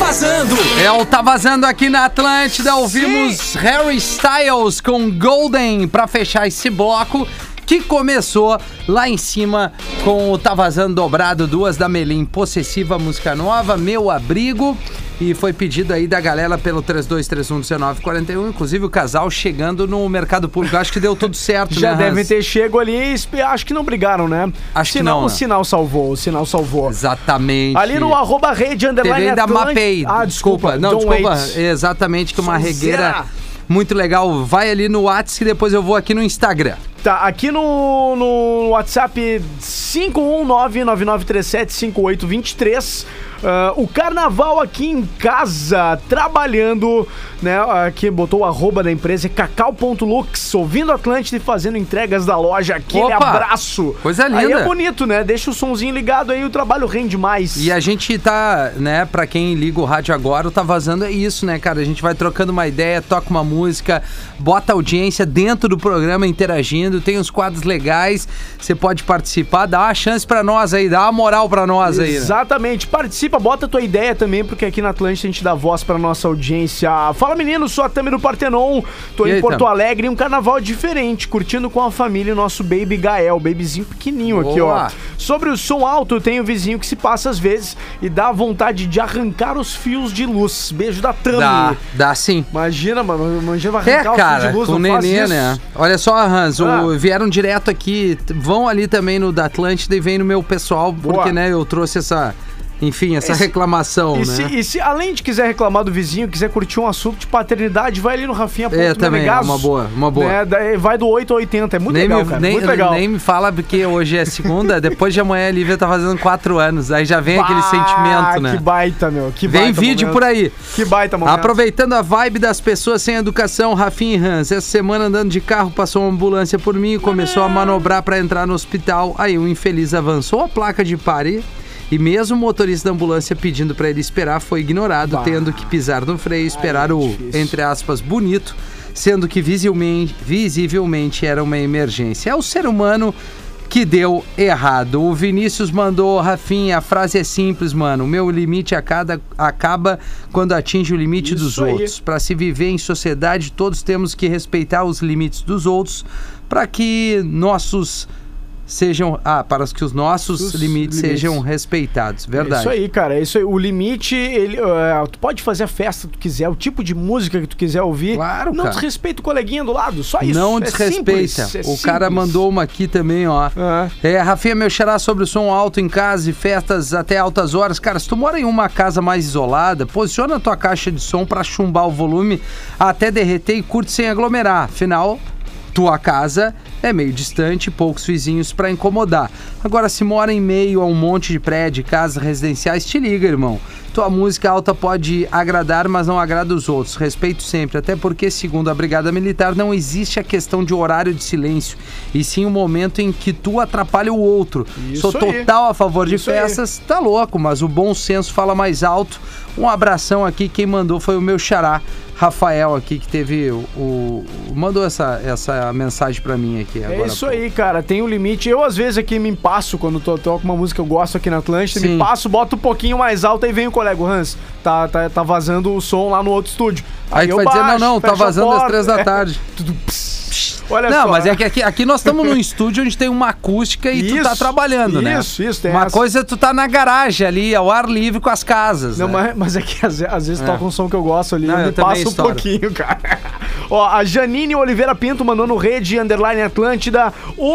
vazando. É o Tá Vazando aqui na Atlântida. Ouvimos Harry Styles com Golden pra fechar esse bloco, que começou lá em cima com o Tá Vazando dobrado, duas da Melim, Possessiva, música nova, Meu Abrigo. E foi pedido aí da galera pelo três dois três um um nove quatro um, inclusive o casal chegando no mercado público. Acho que deu tudo certo, Já né, devem Hans? ter chego ali, acho que não brigaram, né? Acho que Sinal, não, O né? sinal salvou, o sinal salvou. Exatamente. Ali no arroba rede underline Teve ainda Atlântida- Mapei. Ah, desculpa. Não, Don't desculpa. wait. Exatamente, que uma Sonzeira. regueira muito legal. Vai ali no WhatsApp e depois eu vou aqui no Instagram. Tá, aqui no, no WhatsApp cinco um nove nove nove três sete cinco oito dois três. Uh, o Carnaval aqui em casa, trabalhando, né? Aqui botou o arroba da empresa, é cacau.lux, ouvindo Atlântida e fazendo entregas da loja. Aquele Opa! abraço. Coisa Aí linda. é bonito, né? Deixa o sonzinho ligado aí, o trabalho rende mais. E a gente tá, né, pra quem liga o rádio agora, o Tá Vazando é isso, né, cara? A gente vai trocando uma ideia, toca uma música, bota a audiência dentro do programa interagindo, tem uns quadros legais, você pode participar, dá uma chance pra nós aí, dá uma moral pra nós aí, né? Exatamente, participa, bota a tua ideia também, porque aqui na Atlântida a gente dá voz pra nossa audiência. Fala, menino, sou a Tami do Partenon, tô E em aí, Porto Tami? Alegre, um carnaval diferente, curtindo com a família o nosso baby Gael, babyzinho pequenininho aqui, ó. Boa. Sobre o som alto, tem o vizinho que se passa às vezes e dá vontade de arrancar os fios de luz. Beijo da Tami. Dá, dá sim. Imagina, mano, imagina vai É, arrancar cara, os fios de luz, com o não faz nenê, isso. né? Olha só, Hans, Ah. o- vieram direto aqui, t- vão ali também no da Atlântida e vem no meu pessoal, porque, Boa. né, eu trouxe essa, enfim, essa Esse- reclamação, E né? se, e se, além de quiser reclamar do vizinho, quiser curtir um assunto de paternidade, vai ali no Rafinha. É, também, é uma boa, uma boa. Né? Daí vai do oito ao oitenta, é muito nem legal, me, cara, nem, muito legal. nem me fala porque hoje é segunda, depois de amanhã a Lívia tá fazendo quatro anos, aí já vem aquele Bah, sentimento, né? Que baita, meu, que Vem baita vídeo momento. por aí. Que baita momento. Aproveitando a vibe das pessoas sem educação, Rafinha e Hans, essa semana andando de carro, passou uma ambulância por mim e começou a manobrar pra entrar no hospital. Aí o infeliz avançou a placa de pare e mesmo o motorista da ambulância pedindo pra ele esperar foi ignorado, Bah. tendo que pisar no freio, esperar Ai, é o, difícil. entre aspas, bonito, sendo que visivelmente, visivelmente era uma emergência. É o ser humano que deu errado. O Vinícius mandou, Rafinha, a frase é simples, mano. O meu limite a cada, acaba quando atinge o limite Isso dos aí. outros. Para se viver em sociedade, todos temos que respeitar os limites dos outros para que nossos sejam... Ah, para que os nossos Os limites, limites. sejam respeitados. É Verdade. isso aí, cara. É isso aí. O limite, ele, uh, tu pode fazer a festa que tu quiser, o tipo de música que tu quiser ouvir. Claro, Não cara. desrespeita o coleguinha do lado, só isso. Não É desrespeita. simples, é o cara simples. mandou uma aqui também, ó. Ah. É, Rafinha, meu xará sobre o som alto em casa e festas até altas horas. Cara, se tu mora em uma casa mais isolada, posiciona a tua caixa de som pra chumbar o volume até derreter e curte sem aglomerar. Afinal, tua casa é meio distante, poucos vizinhos pra incomodar. Agora, se mora em meio a um monte de prédio, casas residenciais, te liga, irmão. Tua música alta pode agradar, mas não agrada os outros. Respeito sempre, até porque, segundo a Brigada Militar, não existe a questão de horário de silêncio, e sim o momento em que tu atrapalha o outro. Isso Sou aí. total a favor de Isso aí. festas, tá louco, mas o bom senso fala mais alto. Um abração aqui, quem mandou foi o meu xará, Rafael aqui, que teve o... o- mandou essa, essa mensagem pra mim aqui agora. É isso há pouco. aí, cara, tem um limite. Eu, às vezes, aqui me passo quando tô, toco uma música que eu gosto aqui na Atlântida, Sim. me passo, boto um pouquinho mais alto, aí vem o colega, o Hans, tá, tá, tá vazando o som lá no outro estúdio. Aí tu eu vai dizer, não, baixo, não, tá fecho a vazando às porta. três da tarde. Tudo pss, pss. Olha Não, só. mas é que aqui, aqui nós estamos num estúdio onde tem uma acústica e tu tá Isso, trabalhando, né? isso, isso, tem Uma essa. coisa é tu tá na garagem ali, ao ar livre com as casas, Não, né? mas, mas é que às, ve- às vezes É. toca um som que eu gosto ali, Não, eu eu me também passo um estouro. pouquinho, cara. Ó, a Janine Oliveira Pinto mandou no Rede Underline Atlântida.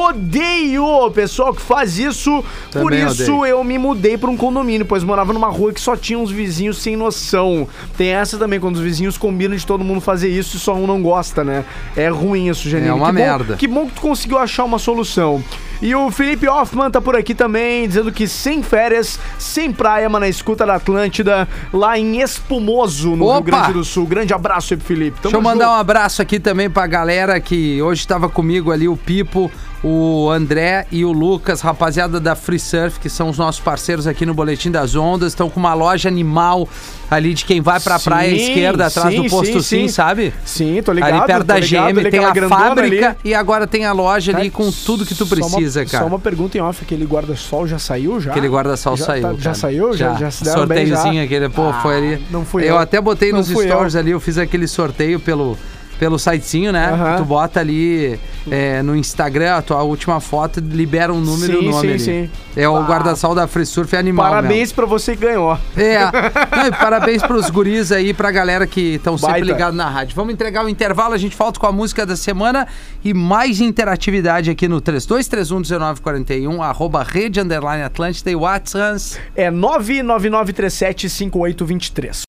Odeio o pessoal que faz isso. Por Também isso odeio. eu me mudei pra um condomínio, pois morava numa rua que só tinha uns vizinhos sem noção. Tem essa também, quando os vizinhos combinam de todo mundo fazer isso e só um não gosta, né? É ruim isso, Janine. É uma que merda. Bom, que bom que tu conseguiu achar uma solução. E o Felipe Hoffman tá por aqui também, dizendo que sem férias, sem praia, mas na escuta da Atlântida, lá em Espumoso, no Opa! Rio Grande do Sul. Grande abraço aí pro Felipe. Tamo Deixa eu mandar junto. um abraço aqui também pra galera que hoje tava comigo ali, o Pipo, o André e o Lucas, rapaziada da Free Surf, que são os nossos parceiros aqui no Boletim das Ondas, estão com uma loja animal ali de quem vai pra sim, praia esquerda, atrás sim, do posto sim, sim, sim. sabe? Sim, tô ligado. Ali perto da ligado, G M, tem a fábrica ali. e agora tem a loja ali Cara, com tudo que tu precisa, só uma, cara. Só uma pergunta em off, aquele guarda-sol já saiu já? Aquele guarda-sol já, saiu, tá, cara. Já saiu? Já, já, já se deram bem sorteiozinho já? aquele, pô, ah, foi ali. Não fui eu. Eu até botei não nos stories eu. ali, eu fiz aquele sorteio pelo... Pelo sitezinho, né? Uhum. Tu bota ali é, no Instagram a tua última foto, libera um número sim, e o nome sim, ali. Sim. É o ah. guarda-sol da Free Surf, é animal. Parabéns mesmo. pra você que ganhou. É. Não, e parabéns pros guris aí, pra galera que estão sempre ligados na rádio. Vamos entregar o intervalo, a gente volta com a música da semana e mais interatividade aqui no três dois três um, um nove quatro um, arroba Rede Underline Atlântida e WhatsApp. É nove nove nove três sete cinco oito dois três.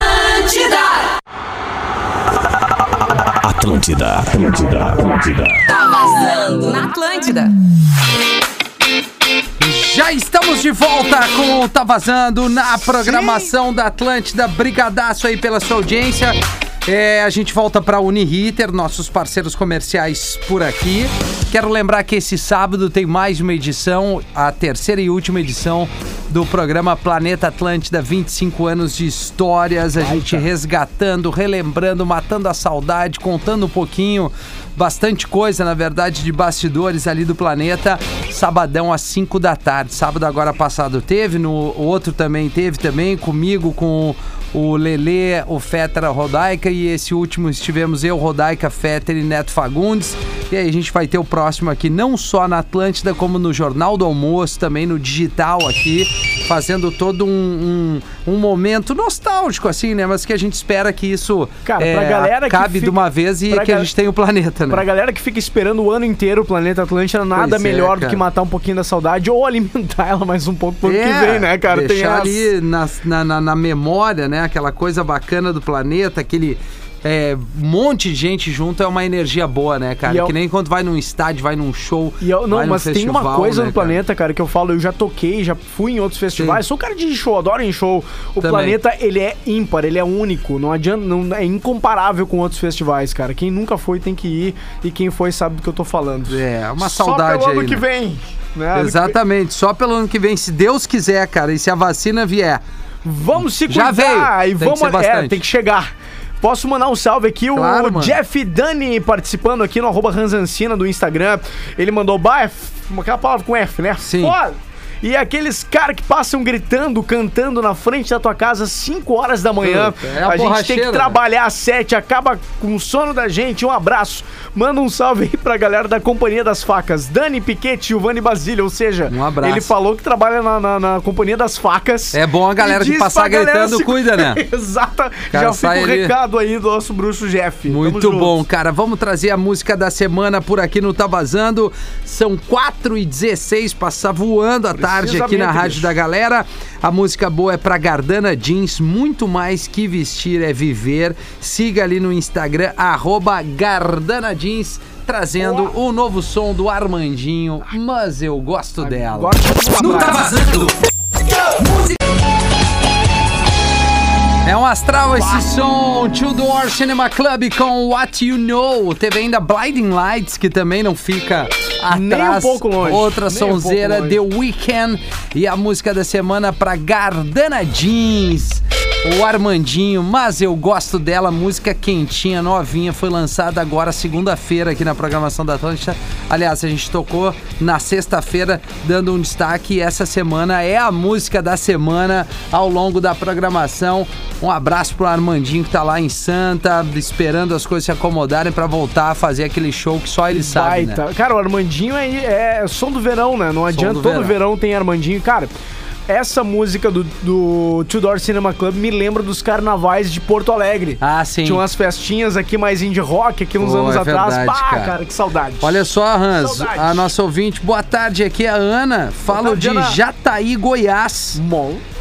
Atlântida, Atlântida, Atlântida. Tá vazando na Atlântida. Já estamos de volta com o Tá Vazando na programação Sim. da Atlântida. Brigadaço aí pela sua audiência. É, a gente volta para a Uniriter, nossos parceiros comerciais por aqui. Quero lembrar que esse sábado tem mais uma edição, a terceira e última edição do programa Planeta Atlântida, vinte e cinco anos de histórias, a Ai, gente tá. resgatando, relembrando, matando a saudade, contando um pouquinho, bastante coisa, na verdade, de bastidores ali do Planeta. Sabadão às cinco da tarde, sábado agora passado teve, no outro também teve também, comigo, com o Lelê, o Fetter, a Rodaica, e esse último estivemos eu, Rodaica, Fetter e Neto Fagundes. E aí a gente vai ter o próximo aqui, não só na Atlântida, como no Jornal do Almoço, também no digital aqui, fazendo todo um, um, um momento nostálgico, assim, né? Mas que a gente espera que isso Cara, é, pra galera cabe que fica, de uma vez e que a gente tenha o planeta, né? Pra galera que fica esperando o ano inteiro o Planeta Atlântida, nada Pois melhor é, do que matar um pouquinho da saudade ou alimentar ela mais um pouco pro ano É, que vem, né, cara? deixar Tem as... ali na, na, na, na memória, né? Aquela coisa bacana do planeta, aquele é, monte de gente junto, é uma energia boa, né, cara? eu... Que nem quando vai num estádio, vai num show, e eu, Não, vai mas num tem festival, uma coisa né, no planeta, cara, que eu falo, eu já toquei, já fui em outros festivais, Sim. sou um cara de show, adoro em show. O Também. planeta, ele é ímpar, ele é único, não adianta, não, é incomparável com outros festivais, cara. Quem nunca foi tem que ir, e quem foi sabe do que eu tô falando. É, uma saudade aí, Só pelo ano né? que vem. Né? Exatamente, só pelo ano que vem, se Deus quiser, cara, e se a vacina vier. Vamos se cuidar Já veio. e Tem vamos que ser bastante. É, tem que chegar. Posso mandar um salve aqui, Claro, o mano. Jeff Dani participando aqui no arroba Ranzancina do Instagram. Ele mandou bah, aquela palavra com F, né? Sim. Foda! E aqueles caras que passam gritando, cantando na frente da tua casa às cinco horas da manhã. Puta, é a a gente tem borracheira, que trabalhar às sete, acaba com o sono da gente. Um abraço. Manda um salve aí pra galera da Companhia das Facas. Dani Piquete, Giovanni Basílio, ou seja, Um abraço. ele falou que trabalha na, na, na Companhia das Facas. É bom a galera E que diz passar pra galera gritando, se- cuida, né? Exato. Cara, Já fica sai o ali. recado aí do nosso bruxo Jeff. Muito Tamo bom, junto. cara. Vamos trazer a música da semana por aqui no Tá Vazando. São quatro e dezesseis, passa voando a tarde aqui na Precisamente, Rádio bicho. da Galera. A música boa é pra Gardana Jeans, muito mais que vestir é viver. Siga ali no Instagram, arroba Gardana Jeans, trazendo o novo som do Armandinho, mas eu gosto dela. Agora No Tá Vazando. É um astral esse som, Two Door Cinema Club com What You Know. Teve ainda Blinding Lights, que também não fica atrás. Nem um pouco longe. Outra Nem um sonzeira, pouco The longe. Weeknd. E a música da semana pra Gardana Jeans. O Armandinho, mas eu gosto dela, música quentinha, novinha, foi lançada agora segunda-feira aqui na programação da Atlântida. Aliás, a gente tocou na sexta-feira, dando um destaque, e essa semana é a música da semana ao longo da programação. Um abraço pro Armandinho que tá lá em Santa, esperando as coisas se acomodarem pra voltar a fazer aquele show que só ele sabe, né? Baita. Cara, o Armandinho é, é som do verão, né? Não adianta, do todo verão. verão tem Armandinho. Cara, essa música do, do Two Door Cinema Club me lembra dos carnavais de Porto Alegre. Ah, sim. Tinha umas festinhas aqui mais indie rock, aqui uns Pô, anos é atrás. verdade, Pá, cara. cara. que saudade. Olha só, Hans, Saudade. a nossa ouvinte. Boa tarde, aqui é a Ana. Falo tarde, de Ana. Jataí, Goiás. Bom.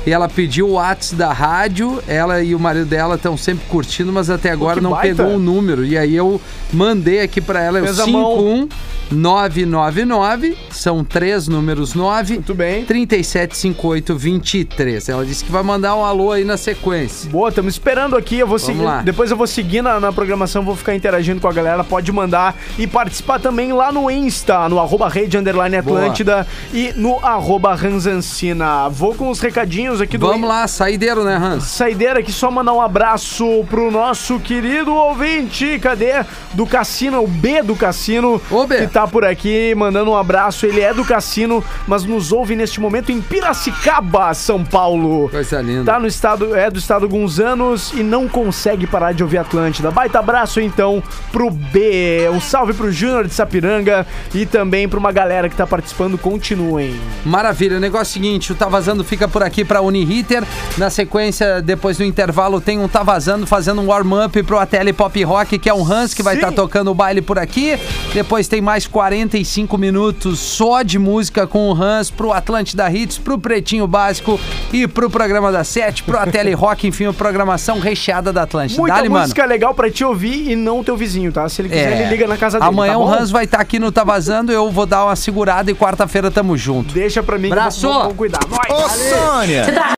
E ela pediu o WhatsApp da rádio, ela e o marido dela estão sempre curtindo, mas até agora Pô, não baita. pegou o número. E aí eu mandei aqui pra ela, é o Fez a cinco mão. um nove nove nove, são três números nove, Muito bem. trinta e sete cinquenta e oito vinte e três. Ela disse que vai mandar um alô aí na sequência. Boa, estamos esperando aqui. Eu vou seguir. lá. Depois eu vou seguir na, na programação, vou ficar interagindo com a galera. Pode mandar e participar também lá no Insta, no arroba Rede Underline Atlântida e no arroba Ranzancina. Vou com os recadinhos aqui do. Vamos lá, saideiro, né, Hans? Saideira aqui, só mandar um abraço pro nosso querido ouvinte. Cadê? Do Cassino, o B do Cassino. Ô, B. Que tá por aqui, mandando um abraço. Ele é do Cassino, mas nos ouve neste momento em Piracicaba, São Paulo. Coisa linda. Tá no estado, é do estado há alguns anos e não consegue parar de ouvir Atlântida. Baita abraço então pro B. Um salve pro Júnior de Sapiranga e também pra uma galera que tá participando. Continuem. Maravilha, o negócio é o seguinte, o Tá Vazando fica por aqui pra Uniriter. Na sequência, depois do intervalo, tem um Tá Vazando fazendo um warm-up pro A T L Pop Rock, que é um Hans que vai estar tá tocando o baile por aqui. Depois tem mais quarenta e cinco minutos só de música com o Hans pro Atlântida Hits, pro Pretinho Básico e pro Programa da Sete, pro A T L Rock, enfim, a programação recheada da Atlântida. Muita Dale, música mano. legal pra te ouvir e não teu vizinho, tá? Se ele quiser, É. ele liga na casa dele. Amanhã tá o bom? Hans vai estar aqui no Tá Vazando, eu vou dar uma segurada e quarta-feira tamo junto. Deixa pra mim Abraço. que eu vou, vou cuidar. Nós. Ô, Sônia!